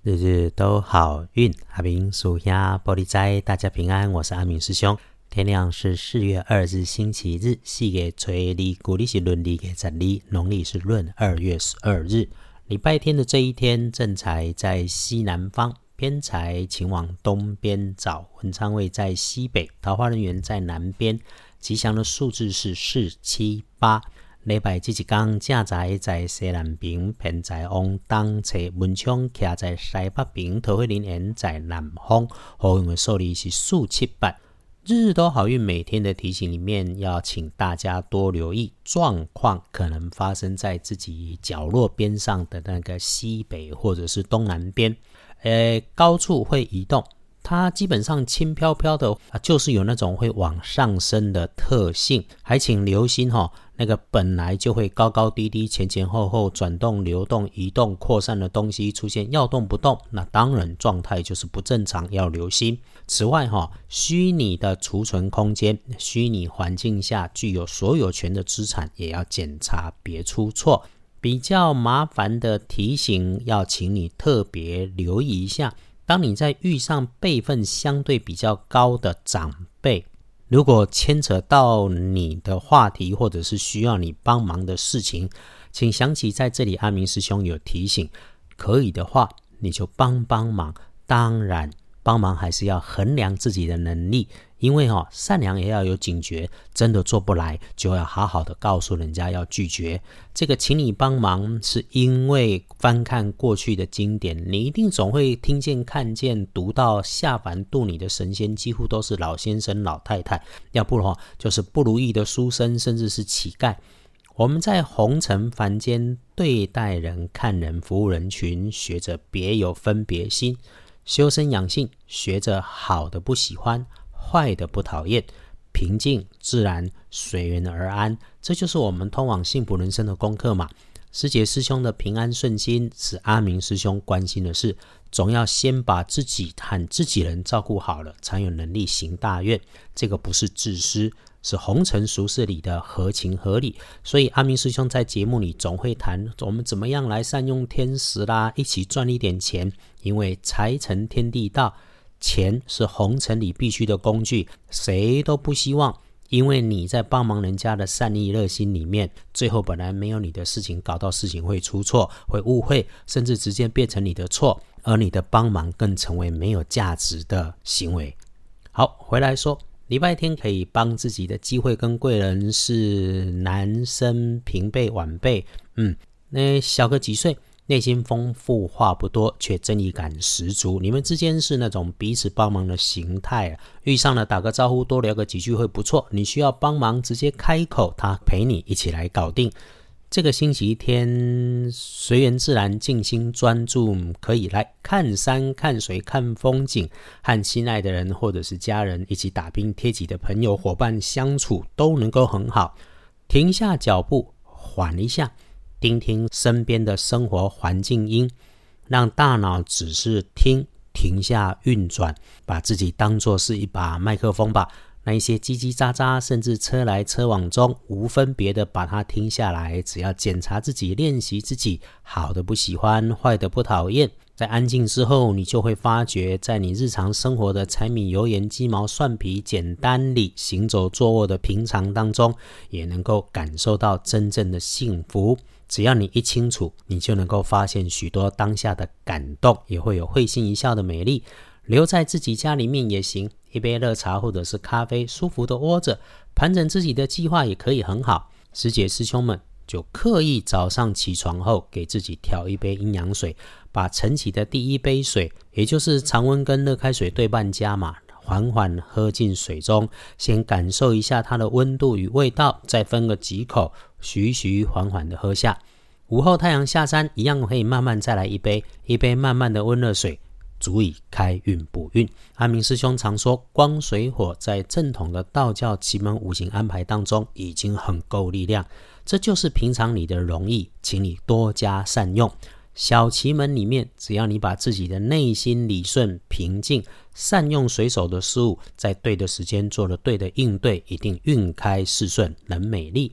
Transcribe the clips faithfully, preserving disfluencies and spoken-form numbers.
日日都好运，阿明属下玻璃斋，大家平安，我是阿明师兄。天亮是四月二日星期日，四月初二，古历是闰二月十二，农历是闰二月十二日。礼拜天的这一天，正财在西南方，偏财请往东边找，文昌位在西北，桃花人缘在南边。吉祥的数字是四、七、八。礼拜这一天，正财在西南边，偏财往东侧，文昌徛在西北边，桃花人缘在南方。好运的数字是四、七、八。日日都好运，每天的提醒里面要请大家多留意状况可能发生在自己角落边上的那个西北或者是东南边，呃，高处会移动，它基本上轻飘飘的，就是有那种会往上升的特性。还请留心哦，那个本来就会高高低低、前前后后转动、流动、移动、扩散的东西出现要动不动，那当然状态就是不正常，要留心。此外哈，虚拟的储存空间、虚拟环境下具有所有权的资产也要检查，别出错。比较麻烦的提醒要请你特别留意一下，当你在遇上辈分相对比较高的长辈，如果牵扯到你的话题或者是需要你帮忙的事情，请想起在这里阿明师兄有提醒，可以的话你就帮帮忙，当然帮忙还是要衡量自己的能力，因为、哦、善良也要有警觉，真的做不来就要好好的告诉人家要拒绝。这个请你帮忙是因为翻看过去的经典，你一定总会听见看见读到下凡度你的神仙几乎都是老先生老太太，要不、哦、就是不如意的书生，甚至是乞丐。我们在红尘凡间对待人看人服务人群，学着别有分别心，修身养性，学着好的不喜欢，坏的不讨厌，平静自然，随缘而安，这就是我们通往幸福人生的功课嘛。师姐师兄的平安顺心是阿明师兄关心的事，总要先把自己和自己人照顾好了，才有能力行大愿。这个不是自私，是红尘俗世里的合情合理。所以阿明师兄在节目里总会谈我们怎么样来善用天时啦，一起赚一点钱，因为财成天地道，钱是红尘里必须的工具，谁都不希望因为你在帮忙人家的善意热心里面，最后本来没有你的事情，搞到事情会出错，会误会，甚至直接变成你的错，而你的帮忙更成为没有价值的行为。好，回来说礼拜天可以帮自己的机会跟贵人是男生平辈晚辈，嗯，那小个几岁，内心丰富，话不多，却正义感十足。你们之间是那种彼此帮忙的形态、啊、遇上了打个招呼，多聊个几句会不错。你需要帮忙，直接开口，他陪你一起来搞定。这个星期天随缘自然，静心专注，可以来看山看水看风景，和心爱的人或者是家人一起打拼，贴己的朋友伙伴相处都能够很好。停下脚步，缓一下，听听身边的生活环境音，让大脑只是听，停下运转，把自己当作是一把麦克风吧。那一些叽叽喳喳，甚至车来车往中，无分别的把它听下来，只要检查自己，练习自己，好的不喜欢，坏的不讨厌。在安静之后，你就会发觉，在你日常生活的柴米油盐鸡毛蒜皮简单里，行走坐卧的平常当中，也能够感受到真正的幸福。只要你一清楚，你就能够发现许多当下的感动，也会有会心一笑的美丽。留在自己家里面也行，一杯热茶或者是咖啡，舒服的窝着，盘整自己的计划也可以很好。师姐师兄们就刻意早上起床后给自己调一杯阴阳水，把晨起的第一杯水，也就是常温跟热开水对半加码，缓缓喝进水中，先感受一下它的温度与味道，再分个几口，徐徐缓缓的喝下。午后太阳下山，一样可以慢慢再来一杯，一杯慢慢的温热水，足以开运补运。阿明师兄常说，光水火在正统的道教奇门五行安排当中已经很够力量，这就是平常你的容易，请你多加善用。小奇门里面，只要你把自己的内心理顺平静，善用随手的事物，在对的时间做了对的应对，一定运开事顺，能美丽。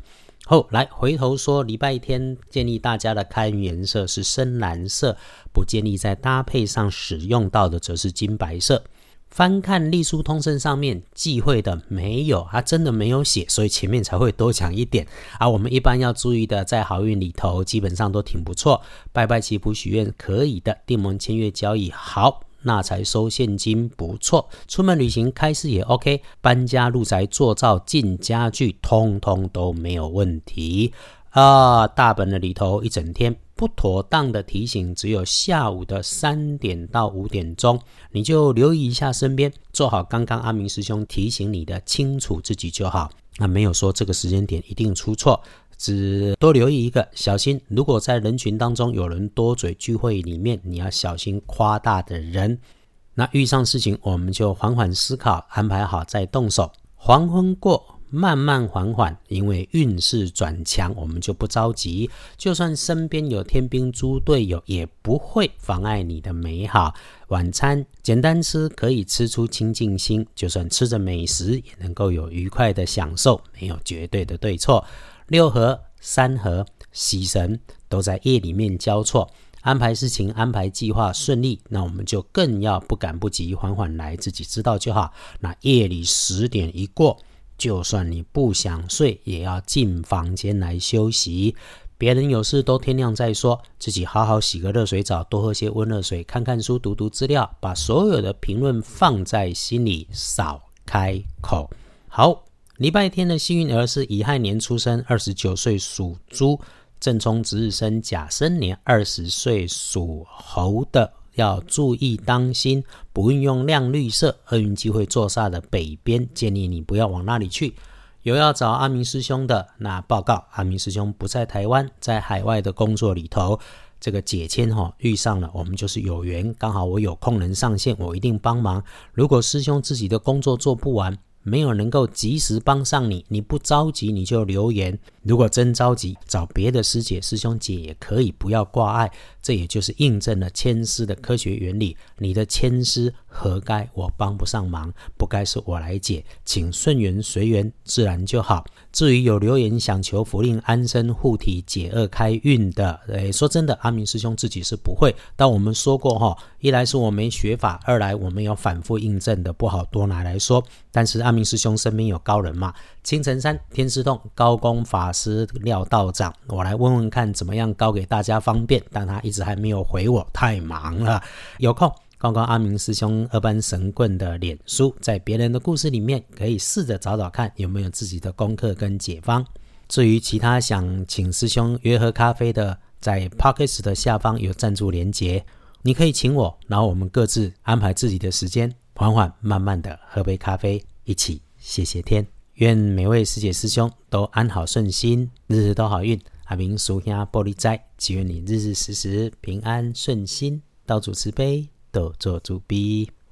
后来回头说，礼拜天建议大家的开运颜色是深蓝色，不建议在搭配上使用到的则是金白色。翻看隶书通胜上面忌讳的没有，它真的没有写，所以前面才会多讲一点。而、啊、我们一般要注意的，在好运里头基本上都挺不错，拜拜祈福许愿可以的，订盟签约交易好，纳财收现金不错，出门旅行开市也 OK， 搬家入宅做灶进家具通通都没有问题啊。大本的里头一整天不妥当的提醒只有下午的三点到五点钟，你就留意一下身边，做好刚刚阿明师兄提醒你的，清楚自己就好。那没有说这个时间点一定出错，只多留意一个，小心如果在人群当中有人多嘴，聚会里面你要小心夸大的人。那遇上事情我们就缓缓思考，安排好再动手。黄昏过慢慢缓缓，因为运势转强，我们就不着急，就算身边有天兵猪队友也不会妨碍你的美好。晚餐简单吃，可以吃出清净心，就算吃着美食也能够有愉快的享受，没有绝对的对错。六合三合喜神都在夜里面交错，安排事情安排计划顺利，那我们就更要不赶不急，缓缓来，自己知道就好。那夜里十点一过，就算你不想睡也要进房间来休息，别人有事都天亮再说，自己好好洗个热水澡，多喝些温热水，看看书，读读资料，把所有的评论放在心里，少开口。好，礼拜天的幸运儿是乙亥年出生，二十九岁属猪，正冲值日生甲申年二十岁属猴的，要注意当心，不运用亮绿色，厄运机会坐煞的北边，建议你不要往那里去。有要找阿明师兄的，那报告阿明师兄不在台湾，在海外的工作里头，这个解签、哦、遇上了，我们就是有缘，刚好我有空能上线，我一定帮忙。如果师兄自己的工作做不完，没有能够及时帮上你，你不着急你就留言，如果真着急找别的师姐师兄姐也可以，不要挂碍。这也就是印证了签师的科学原理，你的签师何该我帮不上忙，不该是我来解，请顺缘随缘自然就好。至于有留言想求福令安身护体解厄开运的，诶说真的阿明师兄自己是不会，但我们说过、哦、一来是我没学法，二来我们有反复印证的，不好多拿来说。但是阿明师兄身边有高人嘛，青城山天师洞高公法师廖道长，我来问问看怎么样高给大家方便，但他一直还没有回我，太忙了。有空逛逛阿明师兄二班神棍的脸书，在别人的故事里面可以试着找找看有没有自己的功课跟解方。至于其他想请师兄约喝咖啡的，在 Podcast 的下方有赞助连结，你可以请我，然后我们各自安排自己的时间，缓缓慢慢的喝杯咖啡，一起谢谢天。愿每位师姐师兄都安好顺心，日日都好运。阿明属下玻璃斋，祈愿你日日时时平安顺心，道主慈悲，多做主逼。